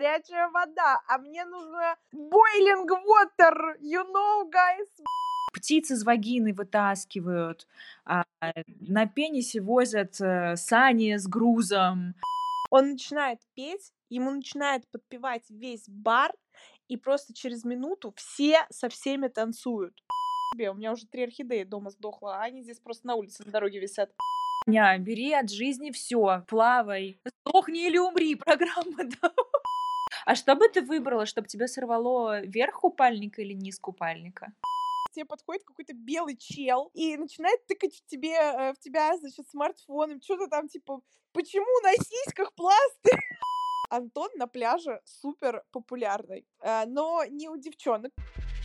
горячая вода, а мне нужно boiling water, you know, guys. Птиц из вагины вытаскивают, на пенисе возят сани с грузом. Он начинает петь, ему начинает подпевать весь бар, и просто через минуту все со всеми танцуют. У меня уже 3 орхидеи дома сдохло, а они здесь просто на улице на дороге висят. Бери от жизни все, плавай, сдохни или умри, программа, да. А что бы ты выбрала, чтобы тебя сорвало верх купальника или низ купальника? К тебе подходит какой-то белый чел и начинает тыкать в тебя, значит, смартфоном, что-то там, типа, почему на сиськах пластырь? Антон на пляже супер популярный, но не у девчонок.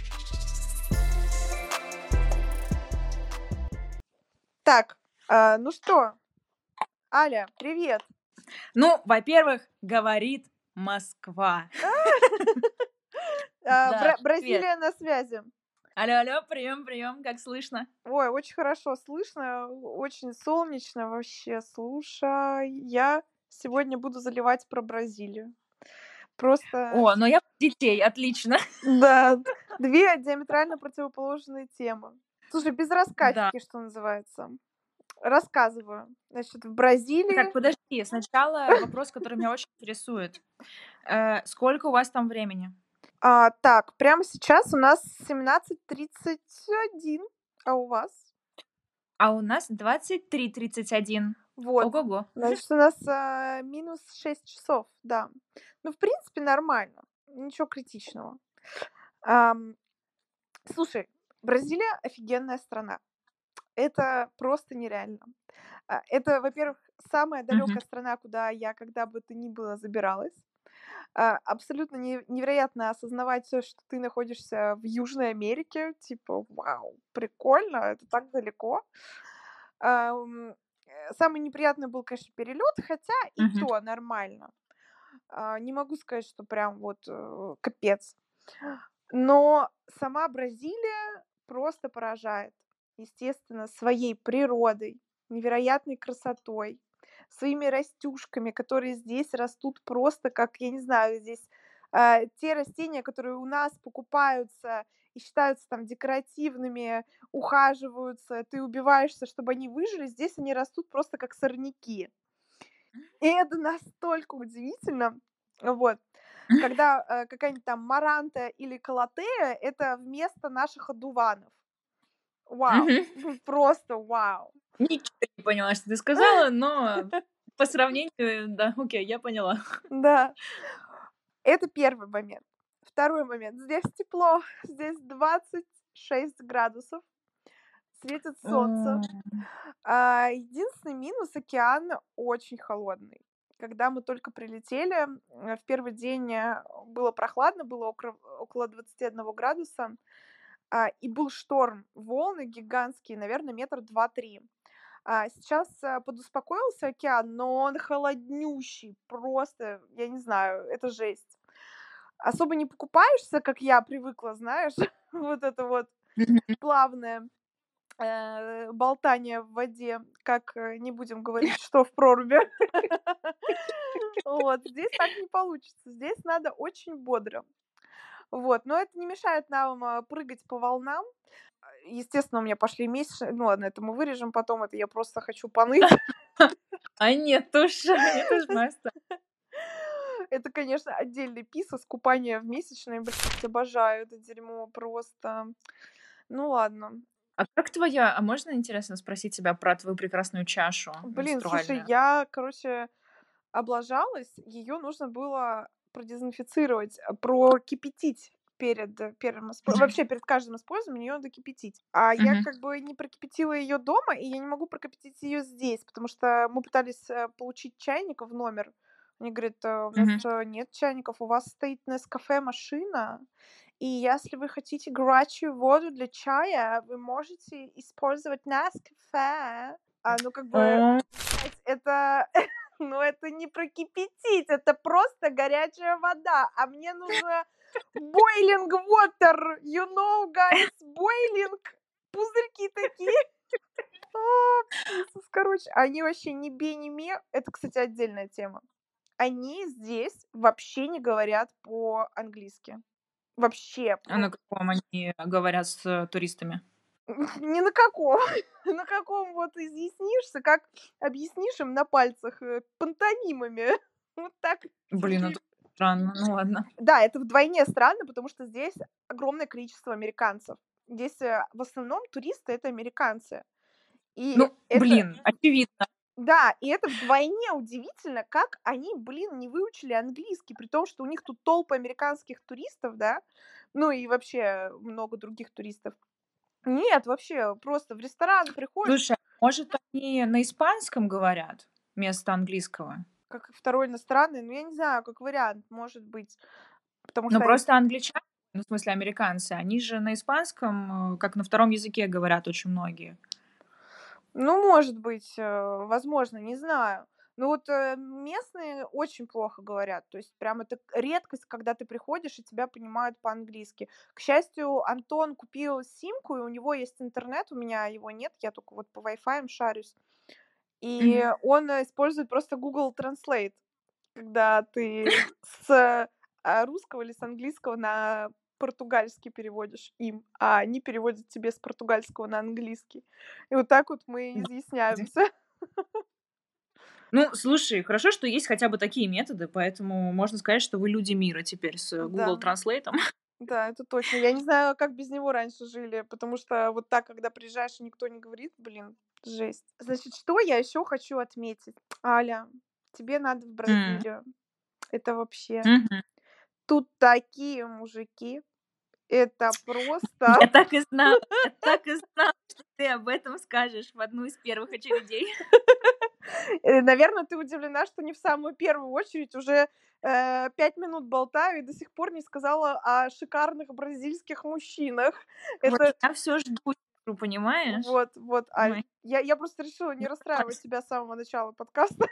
Так, ну что, Аля, привет. Ну, во-первых, говорит Москва. Да, Бразилия на связи. Алло, прием, как слышно? Ой, очень хорошо слышно, очень солнечно вообще. Слушай, я сегодня буду заливать про Бразилию. Просто, О, но я детей, отлично. да, 2 диаметрально противоположные темы. Слушай, без Да. раскачки, что называется. Рассказываю. Значит, в Бразилии... Так, подожди, сначала вопрос, который меня очень интересует. Сколько у вас там времени? Так, прямо сейчас у нас 17:31, а у вас? А у нас 23:31. Вот. Ого-го. Значит, у нас минус 6 часов, да. Ну, в принципе, нормально. Ничего критичного. Ам, Слушай, Бразилия офигенная страна. Это просто нереально. Это, во-первых, самая далекая страна, куда я когда бы то ни было забиралась. Абсолютно невероятно осознавать все, что ты находишься в Южной Америке. Типа, вау, прикольно, это так далеко. Самый неприятный был, конечно, перелет, хотя и то нормально. Не могу сказать, что прям вот капец. Но сама Бразилия просто поражает. Естественно, своей природой, невероятной красотой, своими растюшками, которые здесь растут просто как, я не знаю, здесь те растения, которые у нас покупаются и считаются там декоративными, ухаживаются, ты убиваешься, чтобы они выжили, здесь они растут просто как сорняки. И это настолько удивительно. Вот. Когда какая-нибудь там маранта или калатея, это вместо наших одуванов. Вау. Просто вау. Ничего не поняла, что ты сказала, но по сравнению, да, окей, я поняла. Да. Это первый момент. Второй момент. Здесь тепло. Здесь 26 градусов. Светит солнце. Единственный минус — океан очень холодный. Когда мы только прилетели, в первый день было прохладно, было около 21 градуса, и был шторм, волны гигантские, наверное, метр 2-3. Сейчас подуспокоился океан, но он холоднющий, просто, я не знаю, это жесть. Особо не покупаешься, как я привыкла, знаешь, вот это вот плавное болтание в воде, как не будем говорить, что в проруби. Вот, здесь так не получится. Здесь надо очень бодро. Вот, но это не мешает нам прыгать по волнам. Естественно, у меня пошли месячные. Ну ладно, это мы вырежем потом, это я просто хочу поныть. А нет уж, это ж масло. Это, конечно, отдельный писас, купание в месячные, блядь, обожаю это дерьмо просто. Ну ладно. А как твоя, а можно, интересно, спросить тебя про твою прекрасную чашу Блин, слушай, менструальную? я, короче, облажалась, ее нужно было продезинфицировать, прокипятить перед вообще перед каждым использованием ее надо кипятить. А я как бы не прокипятила ее дома, и я не могу прокипятить ее здесь, потому что мы пытались получить чайник в номер. Они говорят, у нас нет чайников, у вас стоит Nescafe машина, и если вы хотите горячую воду для чая, вы можете использовать Nescafe. Ну, как бы, это, ну, это не прокипятить, это просто горячая вода, а мне нужно boiling water, you know, guys, boiling, пузырьки такие. Писас, короче, они вообще не бе, не ме. Это, кстати, отдельная тема. они здесь вообще не говорят по-английски. Вообще. А на каком они говорят с туристами? Ни на каком. На каком вот изъяснишься, как объяснишь им на пальцах, пантомимами. Вот так Блин, тебе. это странно. Ну ладно. Да, это вдвойне странно, потому что здесь огромное количество американцев. Здесь, в основном туристы — это американцы. И Ну, это блин, очевидно. да, и это вдвойне удивительно, как они, блин, не выучили английский, при том, что у них тут толпы американских туристов, да, ну и вообще много других туристов. Нет, вообще, просто в ресторан приходишь, Слушай, может, они на испанском говорят вместо английского? как второй иностранный, ну, я не знаю, как вариант, может быть, потому Ну, что просто англичане, ну, в смысле американцы, они же на испанском, как на втором языке говорят очень многие. ну, может быть, возможно, не знаю. Но вот, местные очень плохо говорят. То есть прям это редкость, когда ты приходишь и тебя понимают по-английски. К счастью, Антон купил симку, и у него есть интернет, у меня его нет, я только вот по Wi-Fi шарюсь. И Мгм. он, использует просто Google Translate, когда ты с, русского или с английского на португальский переводишь им, а они переводят тебе с португальского на английский. И вот так вот мы Господи. изъясняемся. Ну, слушай, хорошо, что есть хотя бы такие методы, поэтому можно сказать, что вы люди мира теперь с Google Да, Translate. да, это точно. Я не знаю, как без него раньше жили, потому что вот так, когда приезжаешь и никто не говорит, блин, жесть. Значит, что я еще хочу отметить? Аля, тебе надо в М. Бразилию. Это вообще. Мгм. Тут такие мужики. Это просто. Я так и знала, что ты об этом скажешь в одну из первых очередей. Наверное, ты удивлена, что не в самую первую очередь. Уже 5 минут болтаю и до сих пор не сказала о шикарных бразильских мужчинах. Вот Это я все жду, понимаешь? вот, вот, Аль. Ой, Я просто решила не не расстраивать сдалась. тебя с самого начала подкаста.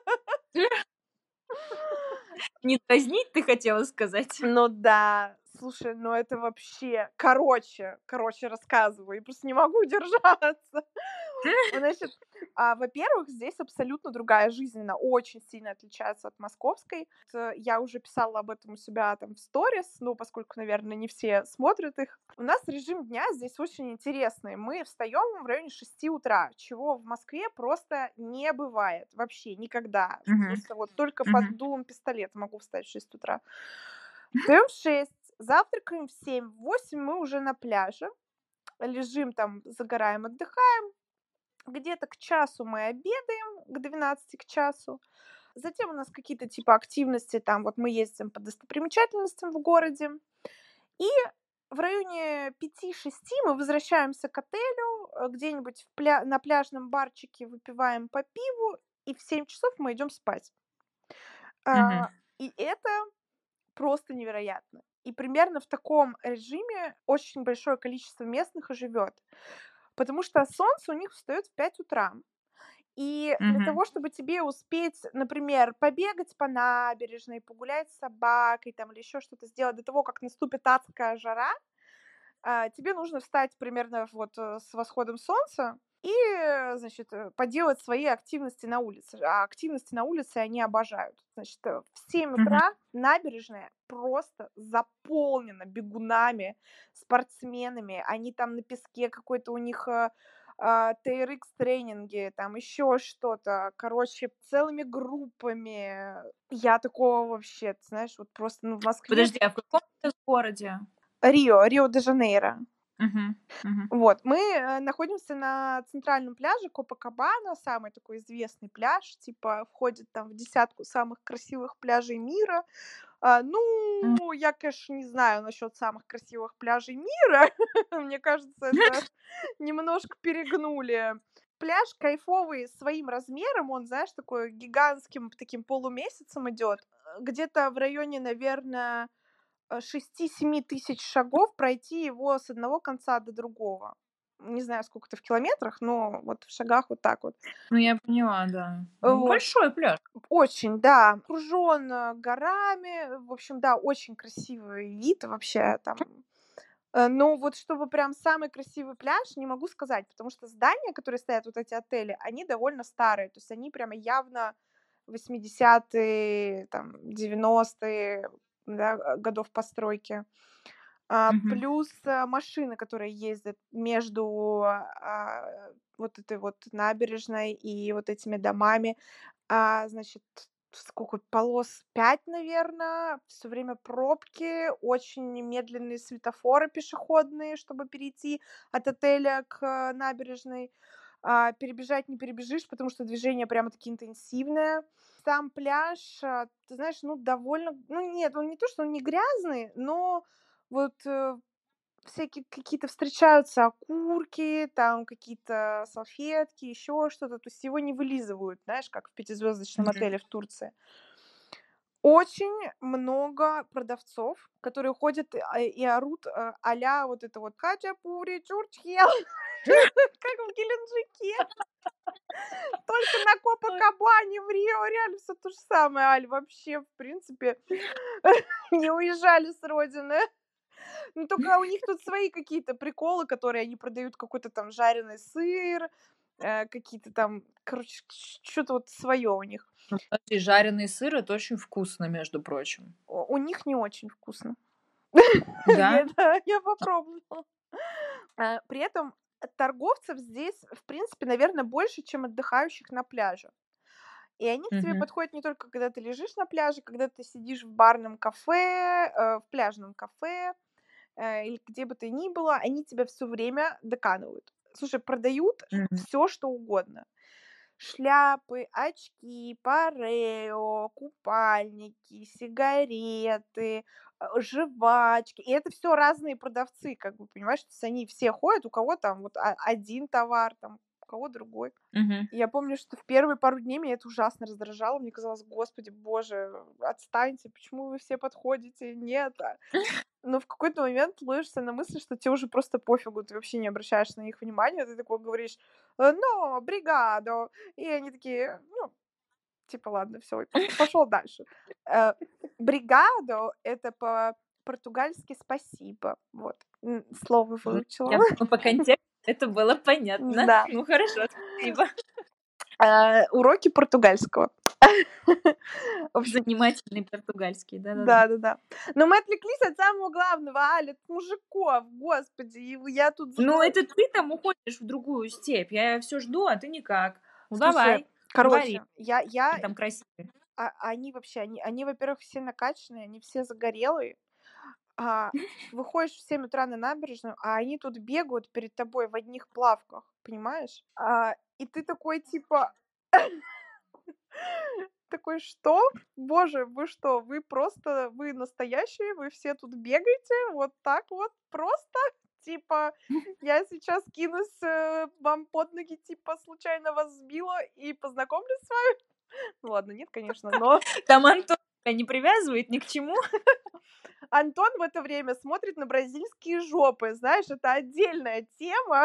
Не дразнить, ты хотела сказать? Ну да, слушай, ну это вообще. Короче, рассказываю. Я просто не могу удержаться. Значит, во-первых, здесь абсолютно другая жизнь, она очень сильно отличается от московской. Я уже писала об этом у себя там в сторис, ну, поскольку, наверное, не все смотрят их. У нас режим дня здесь очень интересный. Мы встаем в районе 6 утра, чего в Москве просто не бывает вообще никогда. Мгм. Просто вот только под Мгм. дулом пистолета могу встать в 6 утра. Встаем в 6, завтракаем в 7, в 8 мы уже на пляже, лежим там, загораем, отдыхаем. Где-то к часу мы обедаем, к 12 к часу. Затем у нас какие-то типа активности, там вот мы ездим по достопримечательностям в городе. И в районе 5-6 мы возвращаемся к отелю, где-нибудь на пляжном барчике выпиваем по пиву, и в 7 часов мы идем спать. Мгм. А, И это просто невероятно. И примерно в таком режиме очень большое количество местных и живет. Потому что солнце у них встает в 5 утра. И для Мгм. того, чтобы тебе успеть, например, побегать по набережной, погулять с собакой там или еще что-то сделать до того, как наступит адская жара, тебе нужно встать примерно вот с восходом солнца и, значит, поделать свои активности на улице. А активности на улице они обожают. Значит, в 7 Мгм. утра набережная просто заполнена бегунами, спортсменами. Они там на песке какой-то у них TRX-тренинги, там еще что-то. Короче, целыми группами. Я такого вообще, ты знаешь, вот просто ну, в Москве. Подожди, а в каком это городе? Рио-де-Жанейро. Мгм. Мгм. Вот, мы, находимся на центральном пляже Копакабана, самый такой известный пляж, типа входит там в десятку самых красивых пляжей мира. М. Ну, я, конечно, не знаю насчет самых красивых пляжей мира. Мне кажется, это немножко перегнули. Пляж кайфовый своим размером, он, знаешь, такой гигантским таким полумесяцем идет. Где-то в районе, наверное, 6-7 тысяч шагов пройти его с одного конца до другого. Не знаю, сколько это в километрах, но вот в шагах вот так вот. Ну, я поняла, да. Ну, Вот. большой пляж. Очень, да. Окружен горами. В общем, да, очень красивый вид вообще там. Но вот чтобы прям самый красивый пляж, не могу сказать, потому что здания, которые стоят, вот эти отели, они довольно старые. То есть они прямо явно 80-е, там, 90-е, да, годов постройки. Мгм. Плюс машины, которые ездят между вот этой вот набережной и вот этими домами. Значит, сколько полос? 5, наверно. Все время пробки, очень медленные светофоры пешеходные, чтобы перейти от отеля к набережной. Перебежать не перебежишь, потому что движение прямо-таки интенсивное. Сам пляж, ты знаешь, ну, довольно, ну, нет, он не то, что он не грязный, но вот, всякие какие-то встречаются окурки, там какие-то салфетки, еще что-то. То есть его не вылизывают, знаешь, как в пятизвездочном Мгм. отеле в Турции. Очень много продавцов, которые ходят, и орут, а-ля вот это вот «Хачапури, чурчхел», как в Геленджике. Только на Ой. Копакабане, в Рио реально всё то же самое, Аль. Вообще, в принципе, не уезжали с родины. Ну, только у них тут свои какие-то приколы, которые они продают, какой-то там жареный сыр, какие-то там, короче, что-то вот свое у них. Ну, подожди, жареный сыр — это очень вкусно, между прочим. У них не очень вкусно. Да? Я попробовала. При этом торговцев здесь, в принципе, наверное, больше, чем отдыхающих на пляже. И они к тебе Мгм. подходят не только когда ты лежишь на пляже, когда ты сидишь в барном кафе, в пляжном кафе, или где бы ты ни было, они тебя все время доканывают. Слушай, продают Мгм. все что угодно. Шляпы, очки, парео, купальники, сигареты, жвачки. И это все разные продавцы, как бы, понимаешь? То есть они все ходят, у кого там вот один товар, там, у кого другой. Мгм. Я помню, что в первые пару дней меня это ужасно раздражало. Мне казалось: "Господи боже, отстаньте, почему вы все подходите? Нет". Но в какой-то момент ловишься на мысли, что тебе уже просто пофигу, ты вообще не обращаешь на них внимания. Ты такой говоришь: "Но, бригадо". И они такие: "Ну, типа, ладно, все, пошел дальше". Э, Бригадо — это по-португальски "спасибо". Вот, слово Ну, выучила. я думаю, по контексту это было понятно. Да. Ну, хорошо, спасибо. Уроки португальского. В общем, Занимательный португальский, да-да-да. да-да-да. Но мы отвлеклись от самого главного, Аля, от мужиков, господи. И я тут Ну, забыла. это ты там уходишь в другую степь. Я все жду, а ты никак. Ну, Слушай, давай, говори, короче, какие там красивые. они вообще, они, во-первых, все накачанные, они все загорелые. А, Выходишь в 7 утра на набережную, а они тут бегают перед тобой в одних плавках, понимаешь? И ты такой, типа, такой: "Что? Боже, вы что, вы просто, вы настоящие, вы все тут бегаете вот так вот просто? Типа, я сейчас кинусь, вам под ноги, типа, случайно вас сбила и познакомлюсь с вами". Ну ладно, нет, конечно, но Там Антон тебя не привязывает ни к чему. Антон в это время смотрит на бразильские жопы. Знаешь, это отдельная тема.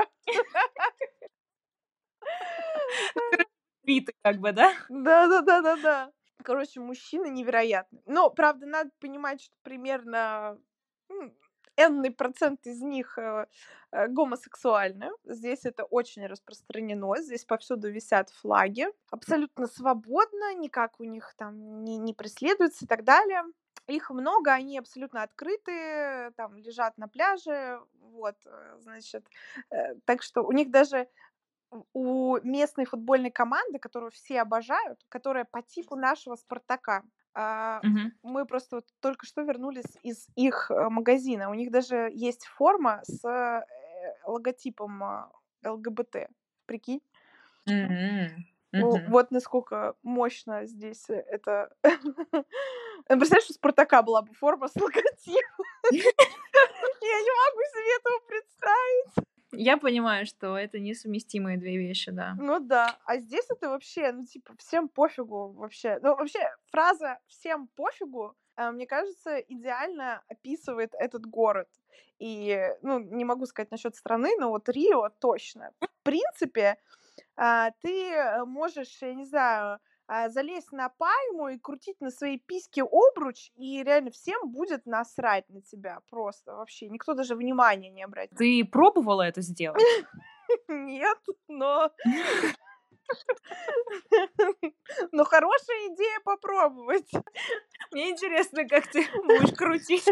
Биты как бы, да? Да-да-да-да-да. Короче, мужчины невероятные. Но, правда, надо понимать, что примерно, энный процент из них, гомосексуальны. Здесь это очень распространено. Здесь повсюду висят флаги. Абсолютно свободно, никак у них там не преследуется и так далее. Их много, они абсолютно открытые, там лежат на пляже. Вот, значит, так что у них даже у местной футбольной команды, которую все обожают, которая по типу нашего "Спартака". А, Мгм. мы просто вот только что вернулись из их, магазина. У них даже есть форма с, логотипом, ЛГБТ. Прикинь? М. Мгм. Вот насколько мощно здесь это. Представляешь, у "Спартака" была бы форма с логотипом. Я не могу себе этого представить. Я понимаю, что это несовместимые 2 вещи, да. Ну да, а здесь это вообще, ну, типа, всем пофигу вообще. Ну, вообще, фраза "всем пофигу", мне кажется, идеально описывает этот город. И, ну, не могу сказать насчет страны, но вот Рио точно. В принципе, ты, можешь, я не знаю, залезть на пальму и крутить на своей письке обруч, и реально всем будет насрать на тебя просто вообще. Никто даже внимания не обратит. Ты пробовала это сделать? Нет, но Но хорошая идея попробовать. Мне интересно, как ты будешь крутить.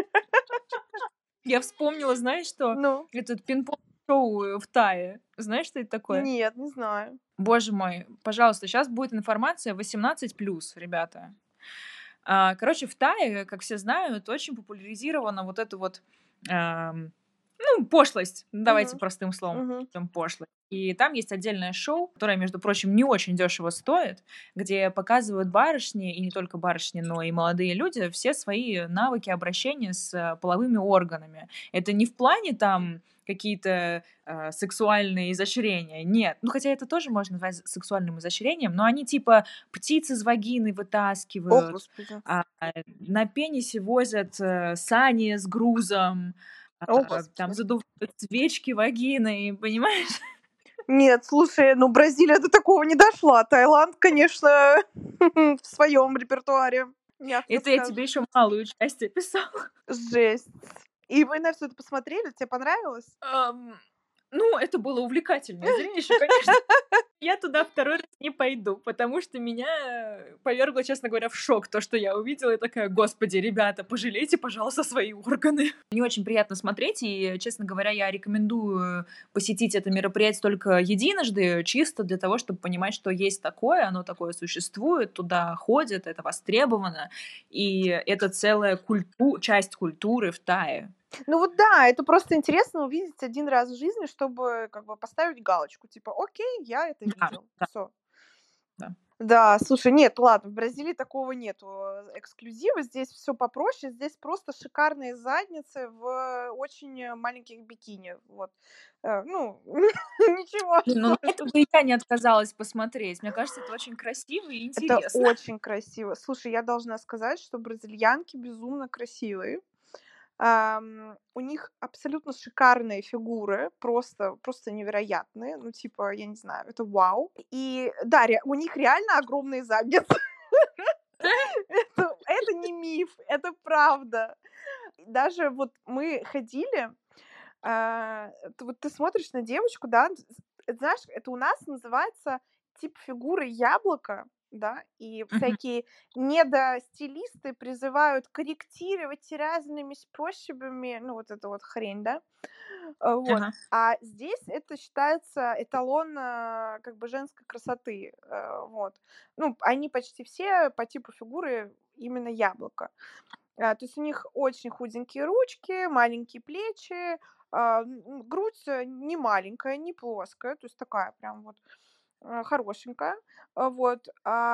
Я вспомнила, знаешь что? Ну, Этот пинг-понг-шоу в Тае. Знаешь, что это такое? нет, не знаю. Боже мой, пожалуйста, сейчас будет информация 18+, ребята. Короче, в Тае, как все знают, очень популяризирована вот эта вот, пошлость. Давайте Мгм, простым словом мгм. назовем пошлость. И там есть отдельное шоу, которое, между прочим, не очень дешево стоит, где показывают барышни, и не только барышни, но и молодые люди, все свои навыки обращения с половыми органами. Это не в плане там какие-то сексуальные изощрения. Нет. Ну, хотя это тоже можно назвать сексуальным изощрением, но они типа птиц из вагины О, вытаскивают, Господи. на пенисе возят сани с грузом, О, там Господи. задувают свечки вагиной, понимаешь? Нет, слушай, ну Бразилия до такого не дошла. Таиланд, конечно, в своем репертуаре, мягко Это я тебе скажем. еще малую часть описала. Жесть. И вы на все это посмотрели? Тебе понравилось? Ну, это было увлекательное зрелище, конечно. Я туда второй раз не пойду, потому что меня повергло, честно говоря, в шок то, что я увидела, и такая: господи, ребята, пожалейте, пожалуйста, свои органы. Мне очень приятно смотреть, и, честно говоря, я рекомендую посетить это мероприятие только единожды, чисто для того, чтобы понимать, что есть такое, оно такое существует, туда ходят, это востребовано, и это целая часть культуры в Тае. Ну вот да, это просто интересно увидеть один раз в жизни, чтобы как бы поставить галочку, типа: "Окей, я это Да, видел". да, Всё. да. Да, слушай, нет, ладно, в Бразилии такого нету, эксклюзива. Здесь все попроще. Здесь просто шикарные задницы в очень маленьких бикини. Вот. Ну, ничего Блин, ну на это сложного. бы и я не отказалась посмотреть. Мне кажется, это очень красиво и Это интересно. очень красиво. Слушай, я должна сказать, что бразильянки безумно красивые. У них абсолютно шикарные фигуры, просто невероятные. Ну, типа, я не знаю, это вау. И да, у них реально огромные задницы. Это не миф, это правда. Даже вот мы ходили, вот ты смотришь на девочку, да, знаешь, это у нас называется тип фигуры яблоко, да, и Мгм. всякие недостилисты призывают корректировать разными способами, ну, вот эта вот хрень, да, вот. Ага. А здесь это считается эталон, как бы женской красоты, вот. Ну, они почти все по типу фигуры именно яблоко. То есть у них очень худенькие ручки, маленькие плечи, грудь не маленькая, не плоская, то есть такая прям вот хорошенькая, вот,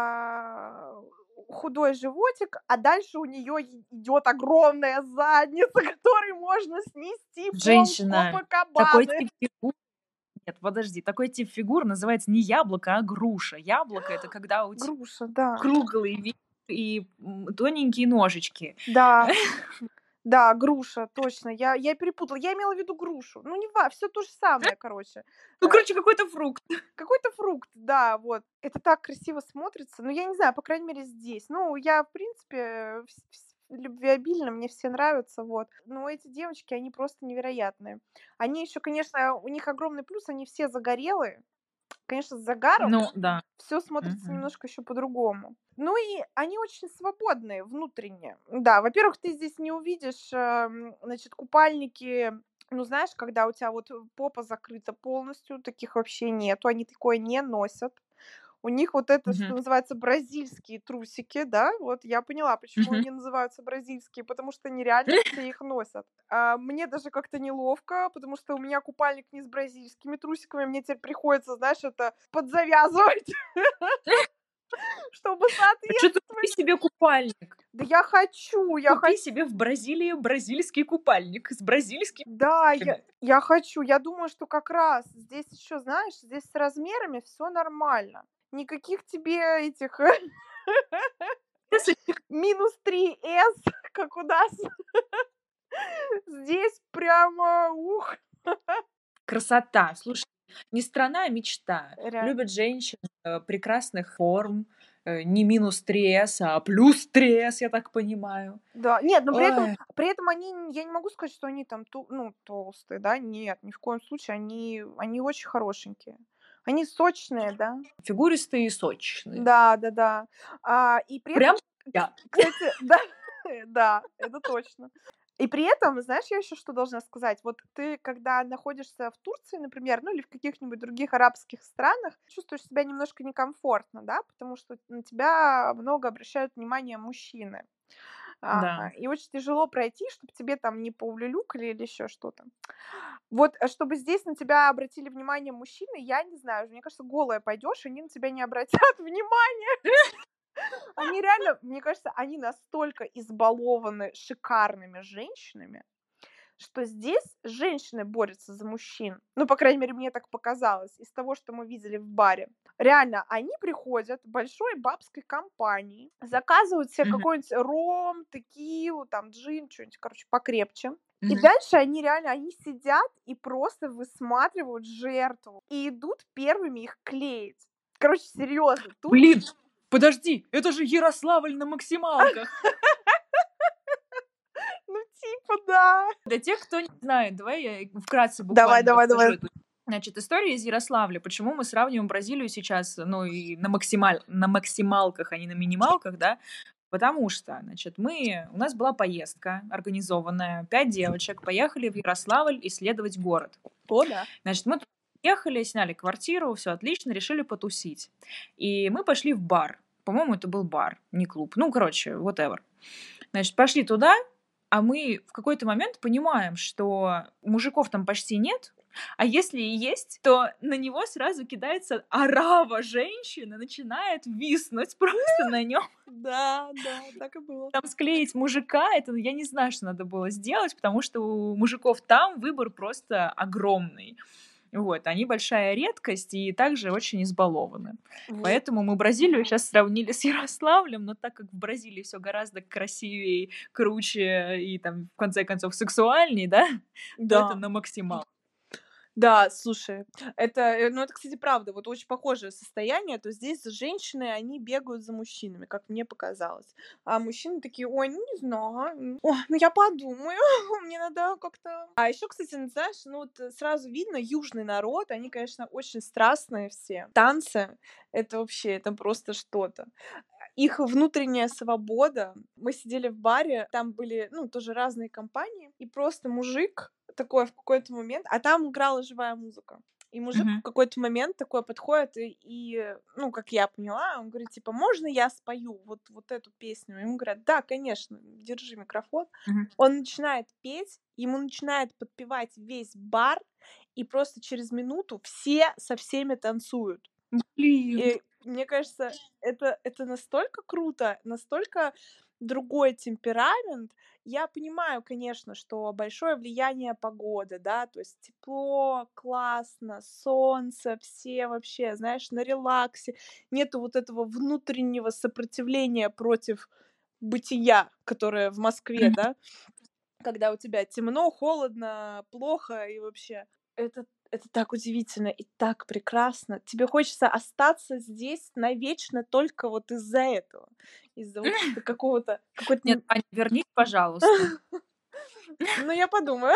худой животик, а дальше у нее идет огромная задница, которой можно снести пол Женщина, такой Копакабаны. тип фигур нет, подожди, такой тип фигур называется не яблоко, а груша. Яблоко — это когда у тебя Груша, да, круглый вид и, тоненькие ножички. да. Да, груша, точно. Я перепутала. Я имела в виду грушу. Ну, не все то же самое, короче. Ну, Э, короче, какой-то фрукт. какой-то фрукт, да, вот. Это так красиво смотрится. Ну, я не знаю, по крайней мере, здесь. Ну, я, в принципе, любвеобильна, мне все нравятся, вот. Но эти девочки, они просто невероятные. Они еще, конечно, у них огромный плюс, они все загорелые. Конечно, с загаром Ну да. все смотрится Мгм. немножко еще по-другому. Ну и они очень свободные внутренне. Да, во-первых, ты здесь не увидишь, значит, купальники, ну, знаешь, когда у тебя вот попа закрыта полностью, таких вообще нету, они такое не носят. У них вот это, Мгм. что называется, бразильские трусики, да, вот я поняла, почему Мгм. они называются бразильские, потому что они реально все их носят. Мне даже как-то неловко, потому что у меня купальник не с бразильскими трусиками, мне теперь приходится, знаешь, это подзавязывать, чтобы А чё ты купи соответствовать. себе купальник. Да я хочу, я Купи хочу. себе в Бразилии бразильский купальник с бразильскими Да, я, трусиками. я хочу. Я думаю, что как раз здесь еще, знаешь, здесь с размерами все нормально. Никаких тебе этих -3S, как у нас. Здесь прямо, ух, Красота. Слушай, не страна, а мечта. реально. Любят женщин, прекрасных форм, не -3S, а +3S, я так понимаю. Да, нет, но Ой, при этом они, я не могу сказать, что они там, ну, толстые, да, нет, ни в коем случае, они очень хорошенькие. Они сочные, да? Фигуристые и сочные. Да. И при этом, Прям я. кстати, да, да, это точно. И при этом, знаешь, я еще что должна сказать? Вот ты, когда находишься в Турции, например, ну или в каких-нибудь других арабских странах, чувствуешь себя немножко некомфортно, да, потому что на тебя много обращают внимание мужчины. Да. И очень тяжело пройти, чтобы тебе там не поулюлюкали или еще что-то. Вот, чтобы здесь на тебя обратили внимание мужчины, я не знаю, мне кажется, голая пойдешь, они на тебя не обратят внимания. Они реально, мне кажется, они настолько избалованы шикарными женщинами, что здесь женщины борются за мужчин. Ну, по крайней мере, мне так показалось из того, что мы видели в баре. Реально, они приходят большой бабской компанией, заказывают себе Мгм. какой-нибудь ром, текилу, там, джин, что-нибудь, короче, покрепче. И Мгм. дальше они реально, они сидят и просто высматривают жертву. И идут первыми их клеить. Короче, серьезно, тут Блин, подожди, это же Ярославль на максималках. ну типа да. Для тех, кто не знает, давай я вкратце Давай. буквально расскажу эту. Значит, история из Ярославля. Почему мы сравниваем Бразилию сейчас, ну, и на максималках, а не на минималках, да? Потому что, значит, у нас была поездка организованная, 5 девочек, поехали в Ярославль исследовать город. О, да. Значит, мы ехали, сняли квартиру, все отлично, решили потусить. И мы пошли в бар. По-моему, это был бар, не клуб. Ну, короче, whatever. Значит, пошли туда, а мы в какой-то момент понимаем, что мужиков там почти нет, а если и есть, то на него сразу кидается орава женщин и начинает виснуть просто на нем. Да, так и было. Там склеить мужика, это я не знаю, что надо было сделать, потому что у мужиков там выбор просто огромный. Вот, они большая редкость и также очень избалованы. Вот. Поэтому мы Бразилию сейчас сравнили с Ярославлем, но так как в Бразилии все гораздо красивее, круче и там, в конце концов, сексуальней, да, то это Да. на максимал. Да, слушай, это, ну, это, кстати, правда, вот очень похожее состояние, то здесь женщины, они бегают за мужчинами, как мне показалось. А мужчины такие: ой, ну не знаю, ой, ну я подумаю, мне надо как-то. А еще, кстати, ну, знаешь, ну вот сразу видно, южный народ, они, конечно, очень страстные все. Танцы, это вообще, это просто что-то. Их внутренняя свобода. Мы сидели в баре, там были, ну, тоже разные компании, и просто мужик такой в какой-то момент, а там играла живая музыка. И мужик в какой-то момент такой подходит ну, как я поняла, он говорит, типа, можно я спою вот эту песню? Ему говорят, да, конечно, держи микрофон. Он начинает петь, ему начинает подпевать весь бар, и просто через минуту все со всеми танцуют. Блин. И мне кажется, это настолько круто, настолько другой темперамент. Я понимаю, конечно, что большое влияние погоды, да, то есть тепло, классно, солнце, все вообще, знаешь, на релаксе. Нету вот этого внутреннего сопротивления против бытия, которое в Москве, да, когда у тебя темно, холодно, плохо и вообще. Это так удивительно и так прекрасно. Тебе хочется остаться здесь навечно только вот из-за этого. Из-за вот какого-то... Нет, Аня, вернись, пожалуйста. Ну, я подумаю.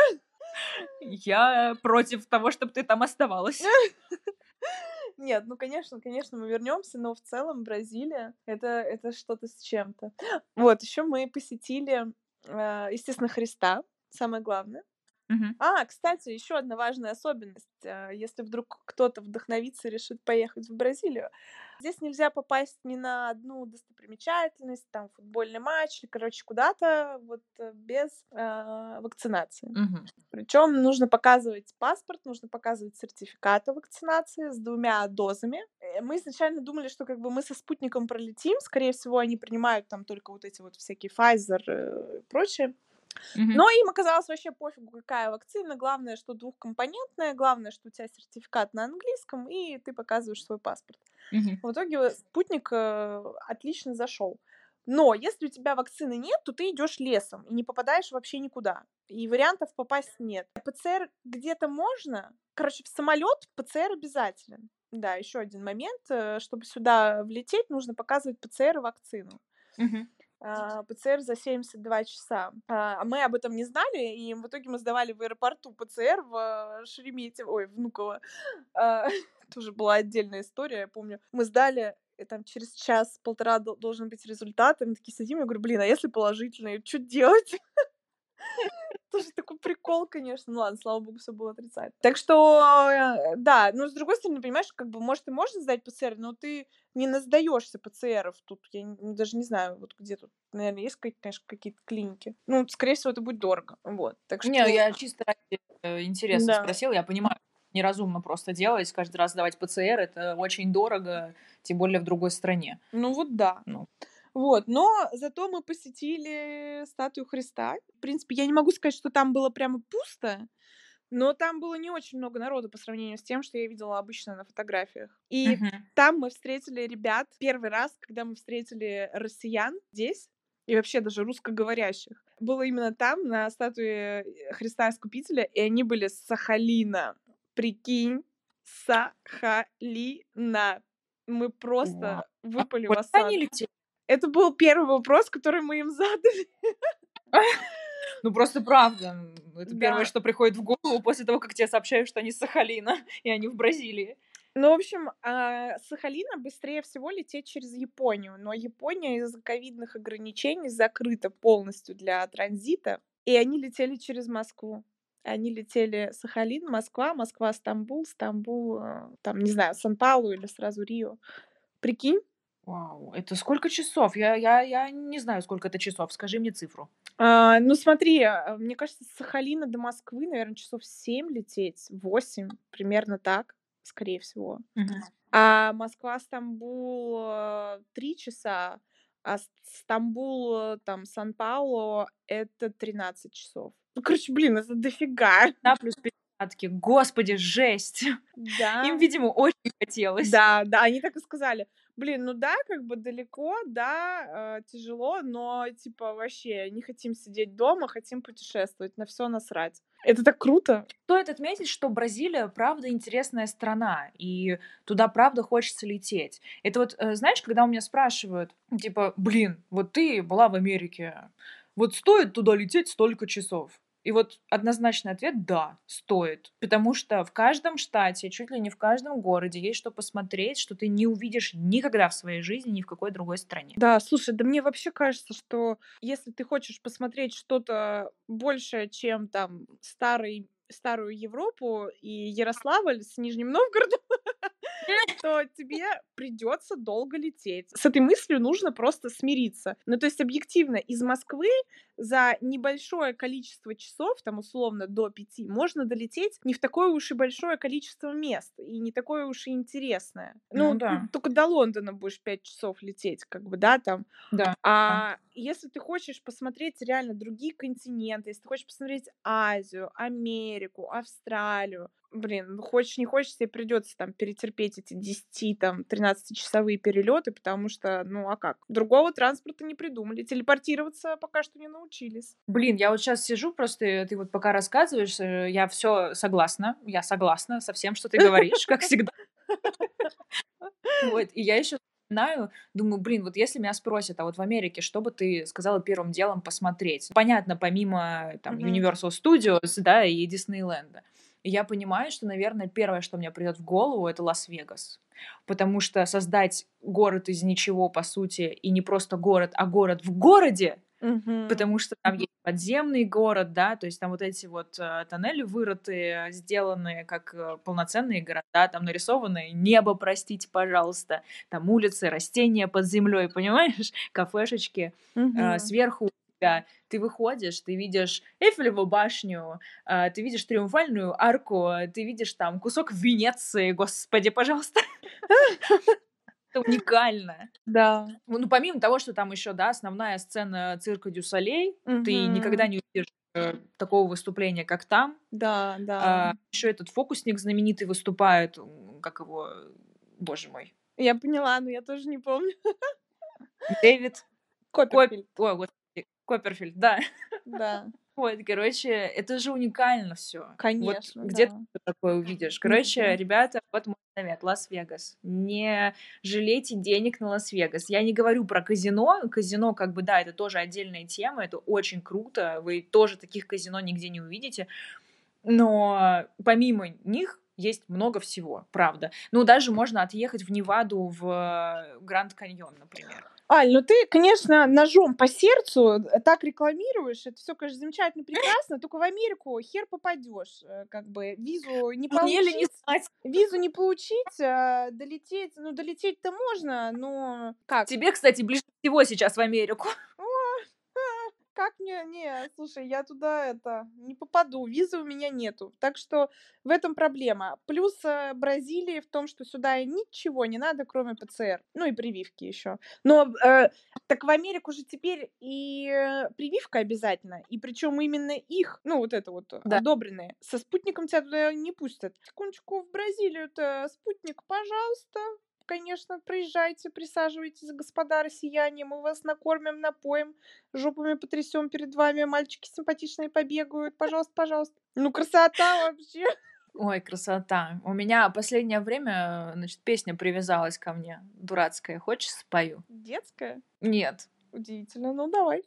Я против того, чтобы ты там оставалась. Нет, ну, конечно, мы вернемся, но в целом Бразилия это что-то с чем-то. Вот, еще мы посетили, естественно, Христа, самое главное. Кстати, еще одна важная особенность, если вдруг кто-то вдохновится и решит поехать в Бразилию. Здесь нельзя попасть ни на одну достопримечательность, там, футбольный матч или, короче, куда-то вот без вакцинации. Причем нужно показывать паспорт, нужно показывать сертификат о вакцинации с 2 дозами. Мы изначально думали, что как бы мы со спутником пролетим, скорее всего, они принимают там только вот эти вот всякие Pfizer и прочее. Но им оказалось вообще пофигу, какая вакцина. Главное, что двухкомпонентная, главное, что у тебя сертификат на английском, и ты показываешь свой паспорт. В итоге спутник отлично зашел. Но если у тебя вакцины нет, то ты идешь лесом и не попадаешь вообще никуда. И вариантов попасть нет. ПЦР где-то можно. Короче, в самолет ПЦР обязателен. Да, еще один момент. Чтобы сюда влететь, нужно показывать ПЦР и вакцину. ПЦР за 72 часа. Мы об этом не знали, и в итоге мы сдавали в аэропорту ПЦР в Шереметьево, Внуково. тоже была отдельная история, я помню. Мы сдали, и там через час-полтора должен быть результат, и мы такие сидим, я говорю, блин, а если положительный, что делать? Тоже такой прикол, конечно. Ну ладно, слава богу, все было отрицательно. Так что, да, но с другой стороны, понимаешь, как бы, может, и можно сдать ПЦР, но ты не насдаешься ПЦРов тут. Я даже не знаю, вот где тут, наверное, есть, конечно, какие-то клиники. Ну, скорее всего, это будет дорого. Вот, так Не, что, я чисто ради интереса да. спросила. Я понимаю, неразумно просто делать, каждый раз сдавать ПЦР. Это очень дорого, тем более в другой стране. Ну вот да. Ну, Вот, но зато мы посетили статую Христа. В принципе, я не могу сказать, что там было прямо пусто, но там было не очень много народу по сравнению с тем, что я видела обычно на фотографиях. И мгм. там мы встретили ребят первый раз, когда мы встретили россиян здесь и вообще даже русскоговорящих. Было именно там, на статуе Христа Искупителя, и они были с Сахалина. Прикинь, Сахалина. Мы Вау. просто выпали в Куда осадок. они летели? Это был первый вопрос, который мы им задали. Ну, просто правда. Это первое, Да. что приходит в голову после того, как тебе сообщают, что они с Сахалина, и они в Бразилии. Ну, в общем, с Сахалина быстрее всего лететь через Японию, но Япония из-за ковидных ограничений закрыта полностью для транзита, и они летели через Москву. Они летели Сахалин, Москва, Москва, Стамбул, Стамбул, там, не знаю, Сан-Паулу или сразу Рио. Прикинь? Вау, это сколько часов? Я не знаю, сколько это часов. Скажи мне цифру. Ну, смотри, мне кажется, с Сахалина до Москвы, наверное, часов 7 лететь, 8, примерно так, скорее всего. Мгм. А Москва-Стамбул 3 часа, а Стамбул, там, Сан-Паулу это 13 часов. Ну, короче, блин, это дофига. Да, плюс пересадки. Господи, жесть. Им, Да. видимо, очень хотелось. Да, да, они так и сказали. Блин, ну да, как бы далеко, да, тяжело, но типа вообще не хотим сидеть дома, хотим путешествовать, на все насрать. Это так круто. Стоит отметить, что Бразилия, правда, интересная страна, и туда, правда, хочется лететь. Это вот, знаешь, когда у меня спрашивают, типа, блин, вот ты была в Америке, вот стоит туда лететь столько часов? И вот однозначный ответ — да, стоит. Потому что в каждом штате, чуть ли не в каждом городе есть что посмотреть, что ты не увидишь никогда в своей жизни ни в какой другой стране. Да, слушай, да мне вообще кажется, что если ты хочешь посмотреть что-то большее, чем там старую Европу и Ярославль с Нижним Новгородом, то тебе придется долго лететь. С этой мыслью нужно просто смириться. Ну, то есть, объективно, из Москвы за небольшое количество часов, там, условно, до 5, можно долететь не в такое уж и большое количество мест, и не такое уж и интересное. Ну Ну, да, только до Лондона будешь 5 часов лететь, как бы, да, там. да. А если ты хочешь посмотреть реально другие континенты, если ты хочешь посмотреть Азию, Америку, Австралию, блин, ну хочешь не хочешь, тебе придется там перетерпеть эти 10, там, 13-часовые перелеты, потому что, ну а как? Другого транспорта не придумали. Телепортироваться пока что не научились. Блин, я вот сейчас сижу, просто ты вот пока рассказываешь, я я согласна со всем, что ты говоришь, как всегда. Вот, и я еще знаю, думаю, блин, вот если меня спросят, а вот в Америке, что бы ты сказала первым делом посмотреть? Понятно, помимо там Мгм. Universal Studios, да, и Диснейленда. И я понимаю, что, наверное, первое, что мне придет в голову, это Лас-Вегас. Потому что создать город из ничего, по сути, и не просто город, а город в городе, Мгм. потому что там есть подземный город, да, то есть там вот эти вот тоннели вырытые, сделанные как полноценные города, там нарисованное небо, простите, пожалуйста, там улицы, растения под землей, понимаешь, кафешечки, Мгм. сверху у тебя ты выходишь, ты видишь Эйфелеву башню, ты видишь Триумфальную арку, ты видишь там кусок Венеции, господи, пожалуйста, это уникально. Да. Ну, помимо того, что там еще, да, основная сцена цирка Дю Солей, ты никогда Мгм. не увидишь такого выступления, как там. Да, да. Еще этот фокусник знаменитый выступает, как его, боже мой, Я поняла, но я тоже не помню. Дэвид Копперфильд. Ой, господи, Копперфильд, да. Да. Вот, короче, это же уникально все. Вот Конечно, где ты да. такое увидишь? Короче, Нигде. ребята, вот мой совет. Лас-Вегас. Не жалейте денег на Лас-Вегас. Я не говорю про казино. Казино, как бы, да, это тоже отдельная тема. Это очень круто. Вы тоже таких казино нигде не увидите. Но помимо них есть много всего, правда. Ну, даже можно отъехать в Неваду, в Гранд Каньон, например. Аль, ну ты, конечно, ножом по сердцу так рекламируешь. Это все, конечно, замечательно, прекрасно. Только в Америку хер попадешь. Как бы визу не Мне ли не получить. знать? Визу не получить, долететь. Ну, долететь-то можно, но как? Тебе, кстати, ближе всего сейчас в Америку. Как мне? Не, слушай, я туда не попаду, визы у меня нету. Так что в этом проблема. Плюс Бразилии в том, что сюда ничего не надо, кроме ПЦР. Ну и прививки еще. Но так в Америку же теперь и прививка обязательно. И причем именно их, ну вот это вот Да. одобренные. Со спутником тебя туда не пустят. Секундочку, в Бразилию-то спутник, пожалуйста. Конечно, приезжайте, присаживайтесь, господа россияне, мы вас накормим, напоим, жопами потрясем перед вами, мальчики симпатичные побегают, пожалуйста, пожалуйста. Ну, красота вообще. Ой, красота. У меня последнее время, значит, песня привязалась ко мне. Дурацкая. Хочешь, спою? Детская? Нет. Удивительно, ну давай.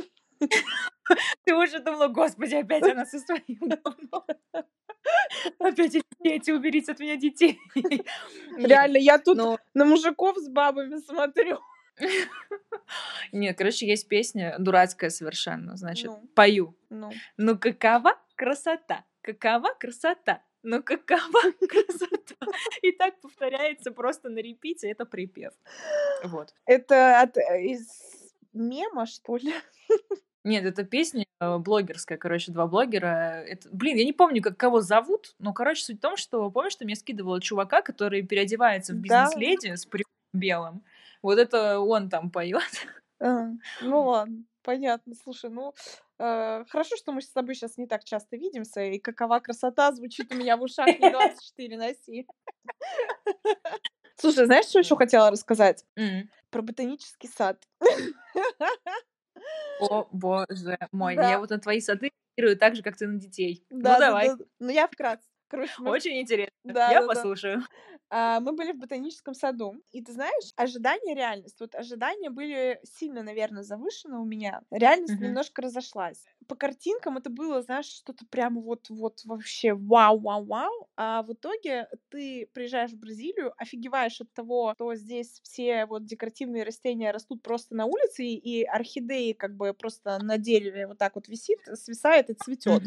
Ты уже думала, господи, опять она со своим говном. Опять эти дети, уберите от меня детей. Реально, я тут ну, на мужиков с бабами смотрю. Нет, короче, есть песня дурацкая совершенно. Значит, Ну. пою. Ну. Ну какова красота? Какова красота? Ну какова красота? И так повторяется просто на репите, это припев. Вот. Это из мема, что ли? Нет, это песня блогерская, короче, 2 блогера. Блин, я не помню, как кого зовут, но, короче, суть в том, что, помнишь, ты мне скидывала чувака, который переодевается в Да. бизнес-леди с париком белым? Вот это он там поет. Ну ладно, понятно. Слушай, ну хорошо, что мы с тобой сейчас не так часто видимся, и какова красота звучит у меня в ушах не 24 на 7. Слушай, знаешь, что еще хотела рассказать? Про ботанический сад. О, боже мой, Да. я вот на твои сады реагирую так же, как ты на детей. Да, Ну, давай. да. Ну, я вкратце. Короче, Очень интересно. Да, Я да. послушаю. Мы были в ботаническом саду, и ты знаешь, ожидания, реальность. Вот ожидания были сильно, наверное, завышены у меня. Реальность немножко разошлась. По картинкам это было, знаешь, что-то прямо вот вообще вау-вау-вау. А в итоге ты приезжаешь в Бразилию, офигеваешь от того, что здесь все вот декоративные растения растут просто на улице, и орхидеи как бы просто на дереве вот так вот висит, свисает и цветет.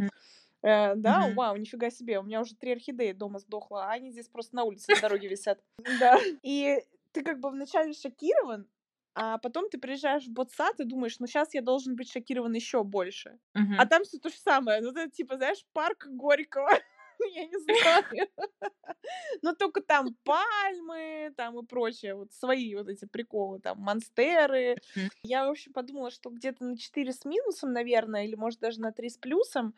Да, вау, нифига себе, у меня уже 3 орхидеи дома сдохло, а они здесь просто на улице на дороге висят. Да. И ты как бы вначале шокирован, а потом ты приезжаешь в ботсад и думаешь, ну сейчас я должен быть шокирован еще больше. А там все то же самое. Ну, это типа, знаешь, парк Горького. Я не знаю. Но только там пальмы, там и прочее, вот свои вот эти приколы, там монстеры. Я, в общем, подумала, что где-то на 4 с минусом, наверное, или, может, даже на 3 с плюсом.